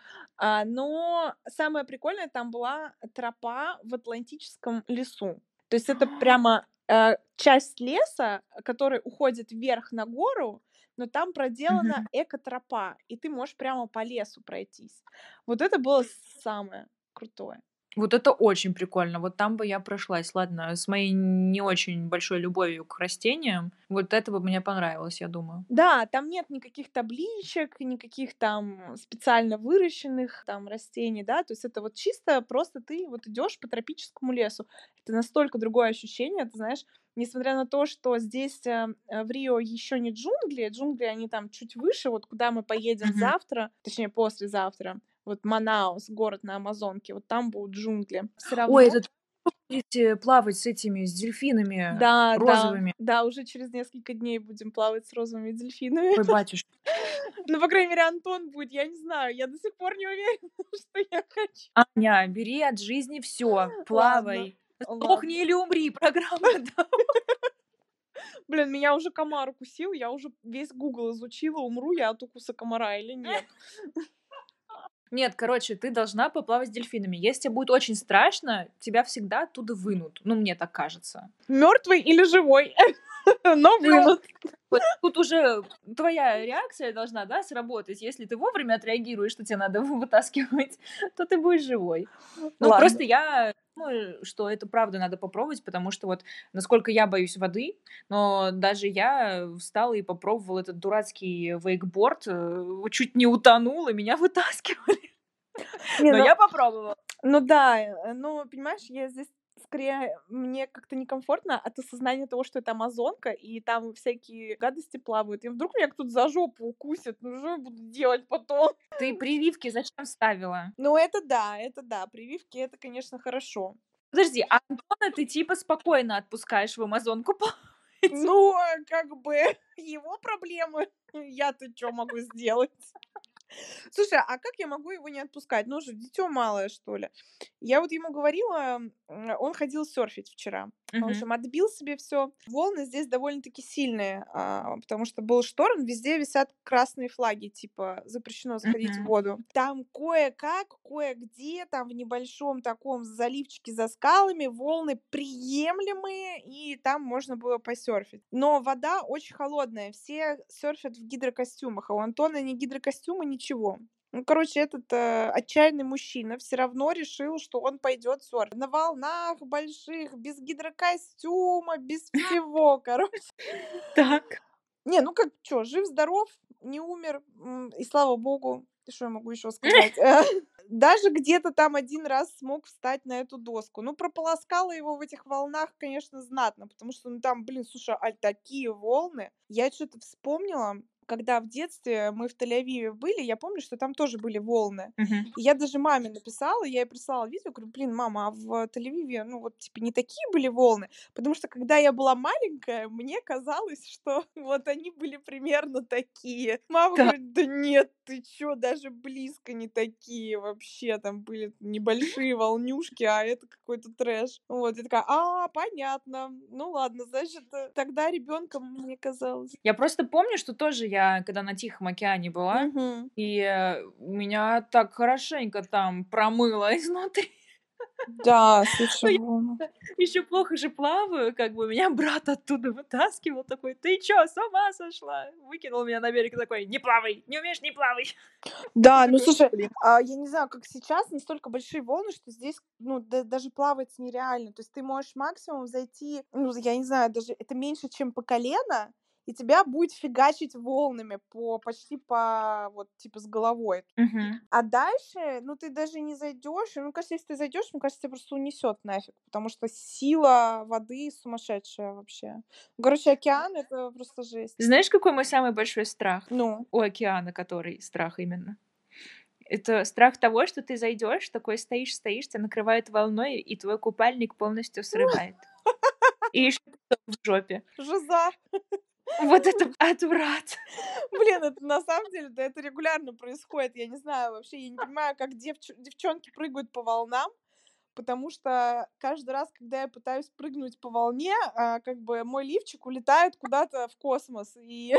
Но самое прикольное, там была тропа в Атлантическом лесу. То есть это прямо часть леса, которая уходит вверх на гору, но там проделана экотропа, и ты можешь прямо по лесу пройтись. Вот это было самое крутое. Вот это очень прикольно. Вот там бы я прошлась. Ладно, с моей не очень большой любовью к растениям, вот это бы мне понравилось, я думаю. Да, там нет никаких табличек, никаких там специально выращенных там растений, да, то есть это вот чисто просто ты вот идешь по тропическому лесу. Это настолько другое ощущение, ты знаешь, несмотря на то, что здесь в Рио еще не джунгли, они там чуть выше, вот куда мы поедем завтра, точнее послезавтра, вот Манаус, город на Амазонке, вот там будут джунгли. Все равно... Ой, это будете плавать с этими, с дельфинами розовыми? Да, уже через несколько дней будем плавать с розовыми дельфинами. Ой, батюшка. Ну, по крайней мере, Антон будет, я не знаю, я до сих пор не уверена, что я хочу. Аня, бери от жизни все, плавай. Сдохни или умри, программа. Блин, меня уже комар укусил, я уже весь Google изучила, умру я от укуса комара или нет. Нет, короче, ты должна поплавать с дельфинами. Если тебе будет очень страшно, тебя всегда оттуда вынут. Ну, мне так кажется. Мертвый или живой, но вынут. Вот тут уже твоя реакция должна, да, сработать. Если ты вовремя отреагируешь, что тебе надо вытаскивать, то ты будешь живой. Ну, просто я думаю, что это правда надо попробовать, потому что вот насколько я боюсь воды, но даже я встала и попробовала этот дурацкий вейкборд, чуть не утонул, и меня вытаскивали. Но я попробовала. Ну да, ну, понимаешь, я здесь скорее мне как-то некомфортно от осознания того, что это амазонка, и там всякие гадости плавают. И вдруг меня кто-то за жопу укусит, ну что я буду делать потом? Ты прививки зачем ставила? Ну это да, прививки это, конечно, хорошо. Подожди, а Антона ты типа спокойно отпускаешь в Амазонку плавать? Ну, как бы его проблемы. Я-то что могу сделать? Слушай, а как я могу его не отпускать? Ну же, дитё малое, что ли. Я вот ему говорила, он ходил серфить вчера. В Мгм. общем, отбил себе все. Волны здесь довольно-таки сильные, потому что был шторм, везде висят красные флаги, типа запрещено заходить в Мгм. воду. Там кое-как, кое-где, там в небольшом таком заливчике за скалами волны приемлемые, и там можно было посерфить. Но вода очень холодная, все серфят в гидрокостюмах, а у Антона ни гидрокостюма, ничего. Ну, короче, этот отчаянный мужчина все равно решил, что он пойдет серфить. На волнах больших, без гидрокостюма, без всего, короче. Так. Не, ну как, чё, жив-здоров, не умер, и слава богу. И что я могу еще сказать? Даже где-то там один раз смог встать на эту доску. Ну, прополоскала его в этих волнах, конечно, знатно, потому что, ну, там, блин, слушай, такие волны. Я что-то вспомнила, когда в детстве мы в Тель-Авиве были, я помню, что там тоже были волны. Мгм. И я даже маме написала, я ей прислала видео, говорю, блин, мама, а в Тель-Авиве, ну, вот, типа, не такие были волны? Потому что, когда я была маленькая, мне казалось, что вот они были примерно такие. Мама Так. говорит: "Да нет, ты чё, даже близко не такие вообще. Там были небольшие волнюшки, а это какой-то трэш". Вот, я такая: понятно. Ну ладно, значит, тогда ребенком мне казалось". Я просто помню, что тоже я, когда на Тихом океане была, Мгм. и, меня так хорошенько там промыло изнутри. Да, слушай, Ну, волны. я еще плохо же плаваю, как бы меня брат оттуда вытаскивал, такой: "Ты чё, с ума сошла?" Выкинул меня на берег, такой: "Не плавай, не умеешь — не плавай". Да, ну Такой: слушай, "Блин". я не знаю, как сейчас, настолько большие волны, что здесь, ну, даже плавать нереально. То есть ты можешь максимум зайти, ну, я не знаю, даже это меньше, чем по колено, и тебя будет фигачить волнами почти по вот типа с головой. Мгм. А дальше, ну, ты даже не зайдешь. И, мне кажется, если ты зайдешь, мне кажется, тебя просто унесет нафиг, потому что сила воды сумасшедшая вообще. Короче, океан это просто жесть. Знаешь, какой мой самый большой страх? Ну, У океана, который страх именно. Это страх того, что ты зайдешь, такой стоишь, стоишь, тебя накрывает волной, и твой купальник полностью срывает. И ещё в жопе. жиза. Вот это отврат. Блин, это на самом деле, да, это регулярно происходит. Я не знаю, вообще, я не понимаю, как девчонки прыгают по волнам, потому что каждый раз, когда я пытаюсь прыгнуть по волне, как бы мой лифчик улетает куда-то в космос. И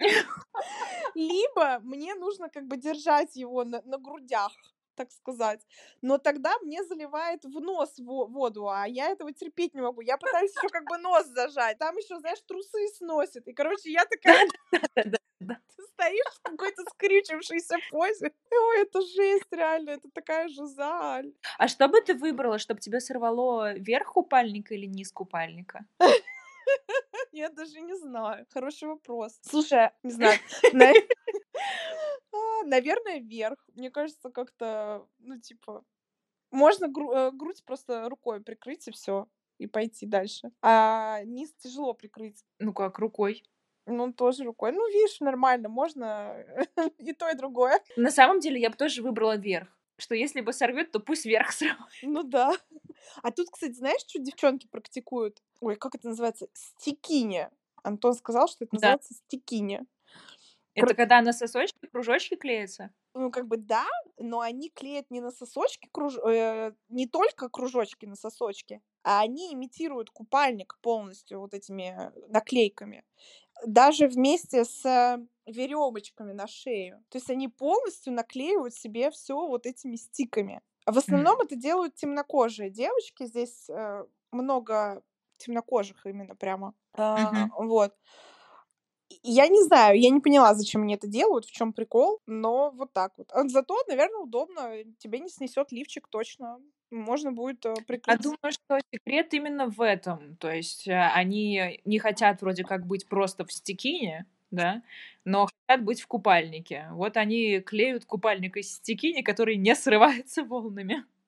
либо мне нужно как бы держать его на грудях, так сказать. Но тогда мне заливает в нос воду, а я этого терпеть не могу. Я пытаюсь еще как бы нос зажать. Там еще, знаешь, трусы сносит. И, короче, я такая Да-да-да-да. ты стоишь в какой-то скрючившейся позе. Ой, это жесть, реально, это такая жиза, Аль. А что бы ты выбрала, чтобы тебя сорвало верх купальника или низ купальника? Я даже не знаю. Хороший вопрос. Слушай, не знаю, на наверное, вверх. Мне кажется, как-то, ну, типа, можно грудь просто рукой прикрыть и все и пойти дальше. А низ тяжело прикрыть. Ну как, рукой? Ну, тоже рукой. Ну, видишь, нормально, можно и то, и другое. На самом деле я бы тоже выбрала верх. Что если бы сорвет, то пусть верх срывает. Ну да. А тут, кстати, знаешь, что девчонки практикуют? Ой, как это называется? Стекиня. Антон сказал, что это Да. называется стекиня. Это когда на сосочки кружочки клеятся? Ну, как бы да, но они клеят не на сосочки, не только кружочки на сосочки, а они имитируют купальник полностью вот этими наклейками. Даже вместе с веревочками на шею. То есть они полностью наклеивают себе все вот этими стиками. А в основном это делают темнокожие девочки. Здесь много темнокожих именно прямо. Мгм. Вот. И я не знаю, я не поняла, зачем они это делают, в чем прикол, но вот так вот. Зато, наверное, удобно, тебе не снесет лифчик точно. Можно будет Я прикрыть. думаю, что секрет именно в этом. То есть, они не хотят вроде как быть просто в стекине, да, но хотят быть в купальнике. Вот они клеют купальник из стекини, который не срывается волнами.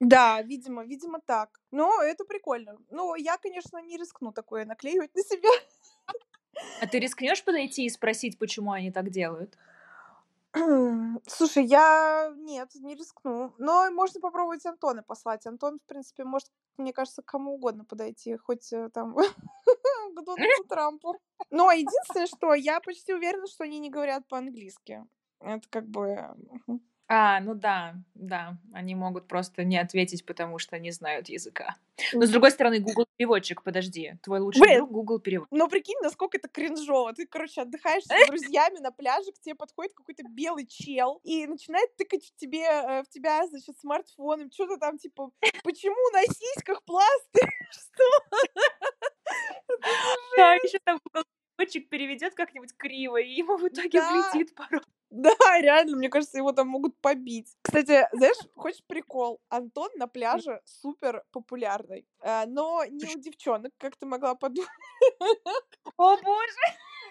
Да, видимо так. Но это прикольно. Но я, конечно, не рискну такое наклеивать на себя. А ты рискнешь подойти и спросить, почему они так делают? Слушай, я нет, не рискну. Но можно попробовать Антона послать. Антон, в принципе, может, мне кажется, к кому угодно подойти, хоть там к Дональду Трампу. Но единственное, что я почти уверена, что они не говорят по-английски. Это как бы... мгм. Ну да, да, они могут просто не ответить, потому что не знают языка. Но, с М, другой стороны, Google переводчик, подожди, твой лучший Блин, друг Google переводчик. но прикинь, насколько это кринжово. Ты, короче, отдыхаешь с друзьями на пляже, к тебе подходит какой-то белый чел и начинает тыкать в тебя, значит, смартфоном. Что-то там, типа, почему на сиськах пластырь? Что? Это же Да, жесть. еще там Google переводчик переведет как-нибудь криво, и ему в итоге Да, влетит порой. да, реально, мне кажется, его там могут побить. Кстати, знаешь, хочешь прикол? Антон на пляже супер популярный, но не у девчонок, как ты могла подумать. О боже,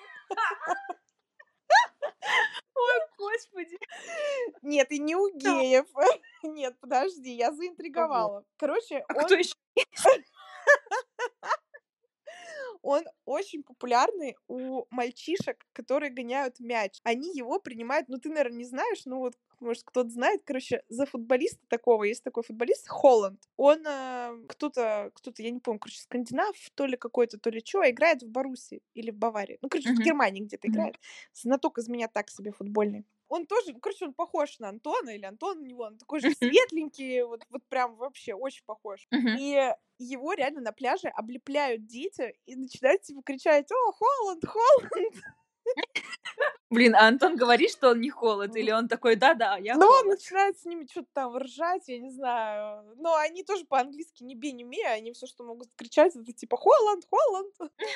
ой, господи. Нет, и не у Да. геев. Нет, подожди, я Вот. заинтриговала. Короче, А кто еще? он очень популярный у мальчишек, которые гоняют мяч. Они его принимают, ну, ты, наверное, не знаешь, ну, вот, может, кто-то знает, короче, за футболиста такого, есть такой футболист Холланд. Он кто-то, я не помню, короче, скандинав, то ли какой-то, то ли чё, играет в Боруссии или в Баварии. Ну, короче, в Мгм, Германии где-то мгм, играет. Знаток из меня так себе футбольный. Он тоже, короче, он похож на Антона, или Антон на него, он такой же мгм, светленький, вот прям вообще очень похож. мгм. И его реально на пляже облепляют дети и начинают типа кричать: "О, Холланд, Холланд!" Блин, а Антон говорит, что он не холод, или он такой: "Да-да, я Но он холод"? начинает с ними что то там ржать, я не знаю. Но они тоже по-английски не би, не ме, они все, что могут кричать, это типа: "Холланд, Холланд!"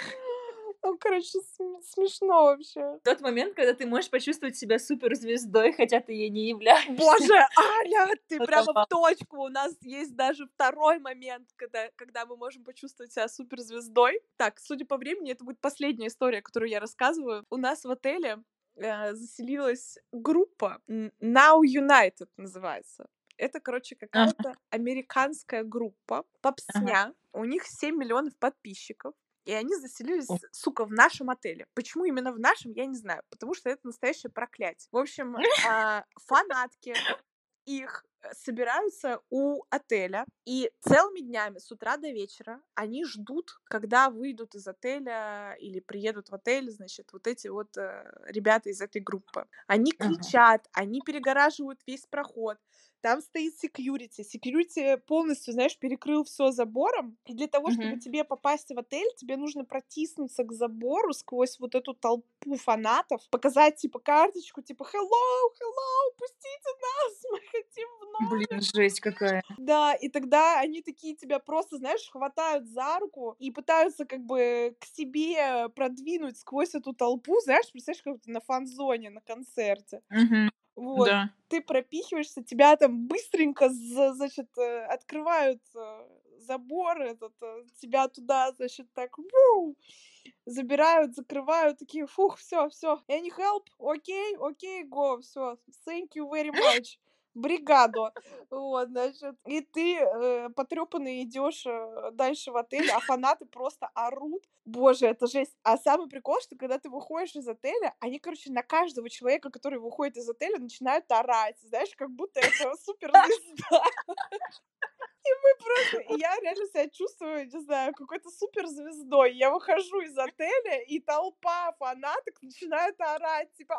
Ну, короче, смешно вообще. Тот момент, когда ты можешь почувствовать себя суперзвездой, хотя ты ей не являешься. Боже, Аня, ты Вот прямо в забавно. точку. У нас есть даже второй момент, когда мы можем почувствовать себя суперзвездой. Так, судя по времени, это будет последняя история, которую я рассказываю. У нас в отеле заселилась группа Now United называется. Это, короче, Ага, какая-то американская группа, ага. попсня. У них 7 миллионов подписчиков. И они О. заселились, сука, в нашем отеле. Почему именно в нашем, я не знаю. Потому что это настоящее проклятие. В общем, фанатки их собираются у отеля, и целыми днями с утра до вечера они ждут, когда выйдут из отеля или приедут в отель, значит, вот эти вот ребята из этой группы. Они Ага, кричат, они перегораживают весь проход. Там стоит секьюрити. Секьюрити полностью, знаешь, перекрыл все забором. И для того, чтобы мгм. тебе попасть в отель, тебе нужно протиснуться к забору сквозь вот эту толпу фанатов, показать, типа, карточку, типа, hello, hello, пустите нас, мы хотим в Блин, номер. жесть какая. Да, и тогда они такие тебя просто, знаешь, хватают за руку и пытаются как бы к себе продвинуть сквозь эту толпу, знаешь, представляешь, как ты на фан-зоне, на концерте. Мгм. Вот. Да. Ты пропихиваешься, тебя там быстренько, значит, открывают забор этот, тебя туда, значит, так забирают, закрывают, такие, фух, все. Any help? Окей, окей, go, все, thank you very much. Бригаду. Вот, значит. И ты потрепанный идешь дальше в отель, а фанаты просто орут. Боже, это жесть. А самый прикол, что когда ты выходишь из отеля, они, короче, на каждого человека, который выходит из отеля, начинают орать. Знаешь, как будто это суперзвезда. И я реально себя чувствую, не знаю, какой-то суперзвездой. Я выхожу из отеля, и толпа фанаток начинает орать, типа,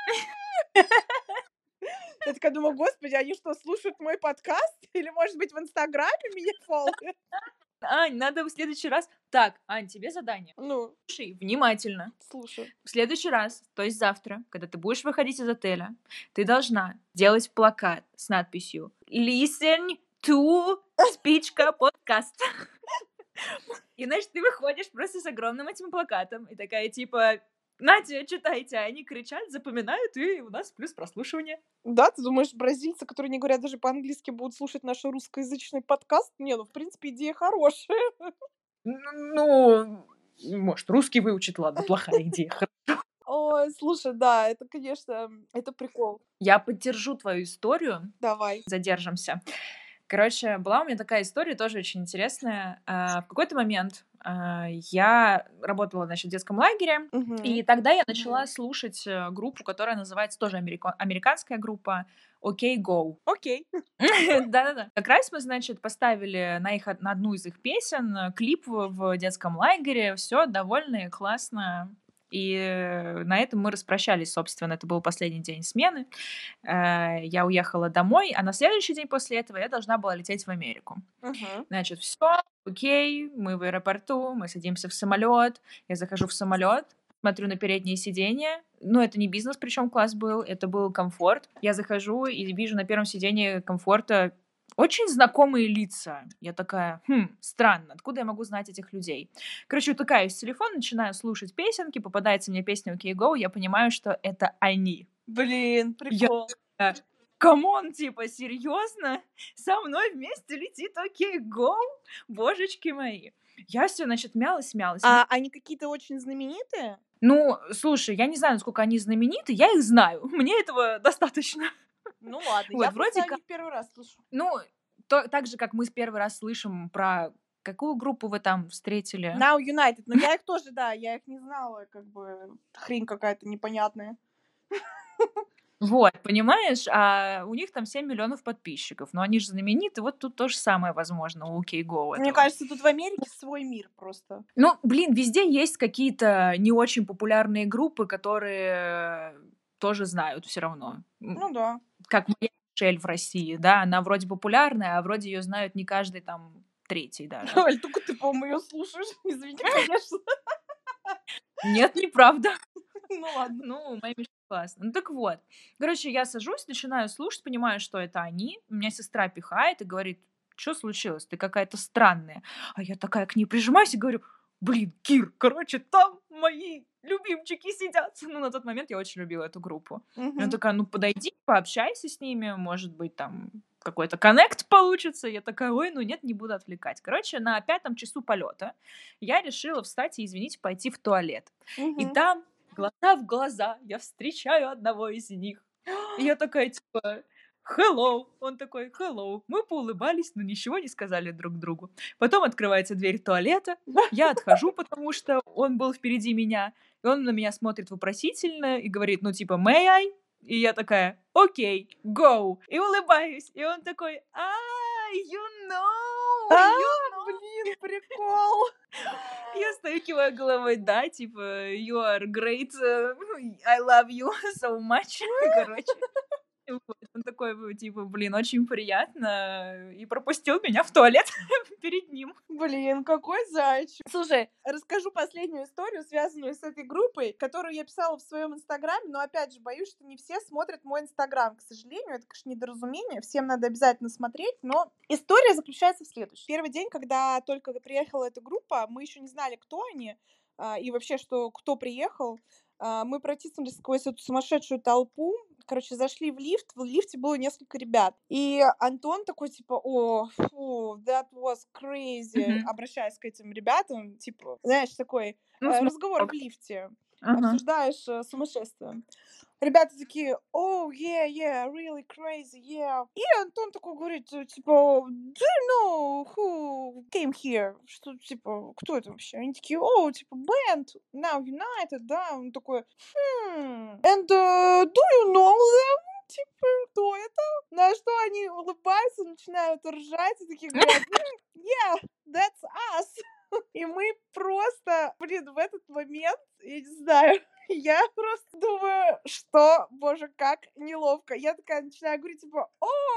я такая думаю, господи, они что, слушают мой подкаст? Или, может быть, в Инстаграме меня фолловят? Ань, надо в следующий раз. Так, Ань, тебе задание. Ну, Слушай внимательно. слушаю. В следующий раз, то есть завтра, когда ты будешь выходить из отеля, ты должна делать плакат с надписью "Listen to Спичка подкаст". И, значит, ты выходишь просто с огромным этим плакатом и такая типа: "Нате, читайте". А они кричат, запоминают, и у нас плюс прослушивание. Да, ты думаешь, бразильцы, которые не говорят даже по-английски, будут слушать наш русскоязычный подкаст? Не, ну, в принципе, идея хорошая. Ну, может, русский выучить, ладно, плохая идея. Ой, слушай, да, это, конечно, это прикол. Я поддержу твою историю. Давай. Задержимся. Короче, была у меня такая история, тоже очень интересная. В какой-то момент я работала, значит, в детском лагере, и тогда я начала слушать группу, которая называется тоже американская группа OK Go. Окей. Да-да-да. Как раз мы, значит, поставили на одну из их песен клип в детском лагере. Все довольно классно. И на этом мы распрощались, собственно. Это был последний день смены. Я уехала домой, а на следующий день после этого я должна была лететь в Америку. Значит, все, окей, мы в аэропорту, мы садимся в самолет. Я захожу в самолет, смотрю на переднее сиденье. Ну, это не бизнес, причем класс был, это был комфорт. Я захожу и вижу на первом сиденье комфорта очень знакомые лица. Я такая, странно, откуда я могу знать этих людей? Короче, утыкаюсь в телефон, начинаю слушать песенки, попадается мне песня OK Go, я понимаю, что это они. Блин, прикол. Камон, типа, серьезно? Со мной вместе летит OK Go? Божечки мои. Я все, значит, мялась. А они какие-то очень знаменитые? Ну, слушай, я не знаю, насколько они знамениты, я их знаю. Мне этого достаточно. Ну ладно, Вот, я вроде просто о как- них первый раз слышу. Ну, так же, как мы с первый раз слышим про... Какую группу вы там встретили? Now United, но я их тоже, да, я их не знала, как бы хрень какая-то непонятная. Вот, понимаешь? А у них там 7 миллионов подписчиков. Но они же знамениты. Вот тут то же самое, возможно, у OK Go. Мне кажется, тут в Америке свой мир просто. Ну, блин, везде есть какие-то не очень популярные группы, которые тоже знают все равно. Ну да. Как моя Мишель в России, да, она вроде популярная, а вроде ее знают не каждый там третий даже. Оль, только ты, по-моему, ее слушаешь. Извини, конечно. Нет, неправда. Ну ладно. Ну, моя Мишель классно. Ну так вот. Короче, я сажусь, начинаю слушать, понимаю, что это они. У меня сестра пихает и говорит, что случилось? Ты какая-то странная. А я такая к ней прижимаюсь и говорю, блин, Кир, короче, там мои любимчики сидят. Ну, на тот момент я очень любила эту группу. Она такая, ну, подойди, пообщайся с ними, может быть, там какой-то коннект получится. Я такая, ой, ну нет, не буду отвлекать. Короче, на 5-м часу полета я решила встать и, извините, пойти в туалет. И там, глаза в глаза, я встречаю одного из них. И я такая, типа, hello. Он такой, hello. Мы поулыбались, но ничего не сказали друг другу. Потом открывается дверь туалета. Я отхожу, потому что он был впереди меня. И он на меня смотрит вопросительно и говорит, ну, типа, may I? И я такая, окей, go. И улыбаюсь. И он такой, you know. Блин, прикол. Я стою, киваю головой, да, типа, you are great, I love you so much, короче. Вот. Он такой, типа, блин, очень приятно, и пропустил меня в туалет перед ним. Блин, какой зайчик. Слушай, расскажу последнюю историю, связанную с этой группой, которую я писала в своем инстаграме, но, опять же, боюсь, что не все смотрят мой инстаграм, к сожалению, это, конечно, недоразумение, всем надо обязательно смотреть, но история заключается в следующем. Первый день, когда только приехала эта группа, мы еще не знали, кто они, и вообще, кто приехал. Мы протиснулись сквозь эту сумасшедшую толпу, короче, зашли в лифте было несколько ребят. И Антон такой, типа, that was crazy, обращаясь к этим ребятам, типа, знаешь, такой разговор в лифте, обсуждаешь сумасшествие. Ребята такие, yeah, really crazy, yeah. И Антон такой говорит, типа, do you know who came here? Что, типа, кто это вообще? Они такие, типа, band, Now United, да. Он такой, and do you know them? Типа, кто это? На что они улыбаются, начинают ржать и такие говорят, yeah, that's us. И мы просто, блин, в этот момент, я не знаю, я просто думаю, что, боже, как неловко. Я такая начинаю говорить, типа,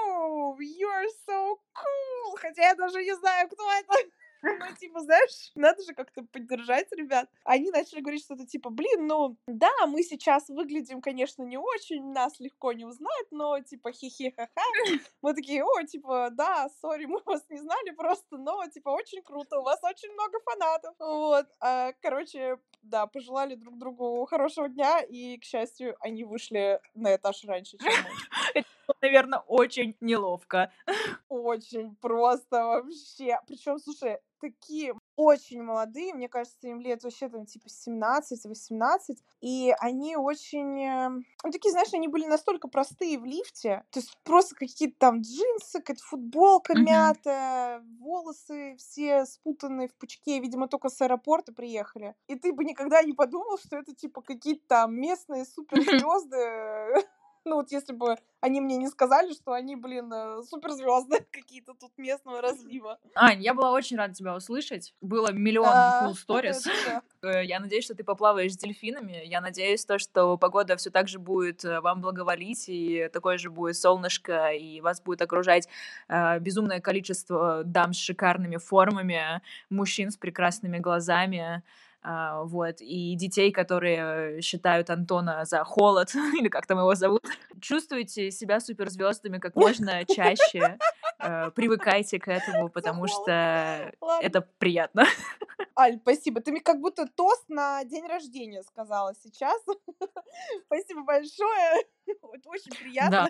you're so cool. Хотя я даже не знаю, кто это. Ну, типа, знаешь, надо же как-то поддержать ребят. Они начали говорить что-то типа, блин, ну, да, мы сейчас выглядим, конечно, не очень, нас легко не узнать, но, типа, хихи-ха-ха. Мы такие, типа, да, сори, мы вас не знали просто, но, типа, очень круто, у вас очень много фанатов. Вот, короче, да, пожелали друг другу хорошего дня, и, к счастью, они вышли на этаж раньше, чем мы. Это, наверное, очень неловко. Очень просто вообще. Причем, слушай, такие очень молодые, мне кажется, им лет вообще там типа 17-18, и они очень, ну, такие, знаешь, они были настолько простые в лифте, то есть просто какие-то там джинсы, какая-то футболка мятая, волосы все спутанные в пучке, видимо, только с аэропорта приехали. И ты бы никогда не подумал, что это типа какие-то там местные суперзвезды. Ну вот если бы они мне не сказали, что они, суперзвезды какие-то тут местного разлива. Ань, я была очень рада тебя услышать. Было миллион cool stories. Я надеюсь, что ты поплаваешь с дельфинами. Я надеюсь, что погода все так же будет вам благоволить, и такое же будет солнышко, и вас будет окружать безумное количество дам с шикарными формами, мужчин с прекрасными глазами, вот, и детей, которые считают Антона за холод, или как там его зовут. Чувствуйте себя суперзвездами как можно чаще, привыкайте к этому, потому что это приятно. Аль, спасибо. Ты мне как будто тост на день рождения сказала сейчас. Спасибо большое. Это очень приятно.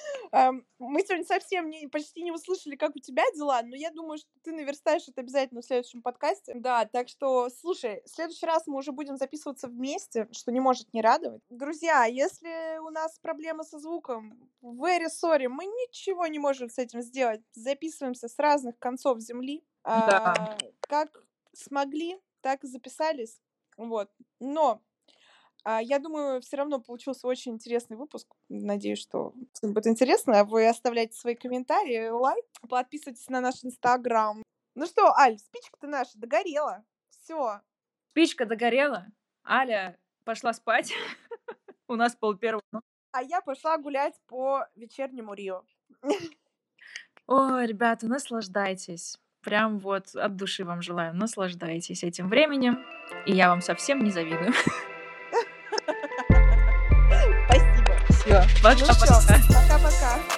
Мы сегодня совсем почти не услышали, как у тебя дела, но я думаю, что ты наверстаешь это обязательно в следующем подкасте. Да, так что, слушай, в следующий раз мы уже будем записываться вместе, что не может не радовать. Друзья, если у нас проблемы со звуком, very sorry, мы ничего не можем с этим сделать. Записываемся с разных концов земли. Да. Как смогли, так и записались. Вот. Но я думаю, все равно получился очень интересный выпуск. Надеюсь, что всем будет интересно. Вы оставляйте свои комментарии, лайк, подписывайтесь на наш Инстаграм. Ну что, Аль, спичка-то наша догорела. Все. Спичка догорела. Аля пошла спать. У нас 1:30. А я пошла гулять по вечернему Рио. Ой, ребята, наслаждайтесь. Прям вот от души вам желаю. Наслаждайтесь этим временем. И я вам совсем не завидую. Спасибо. Все, пока-пока. Пока-пока.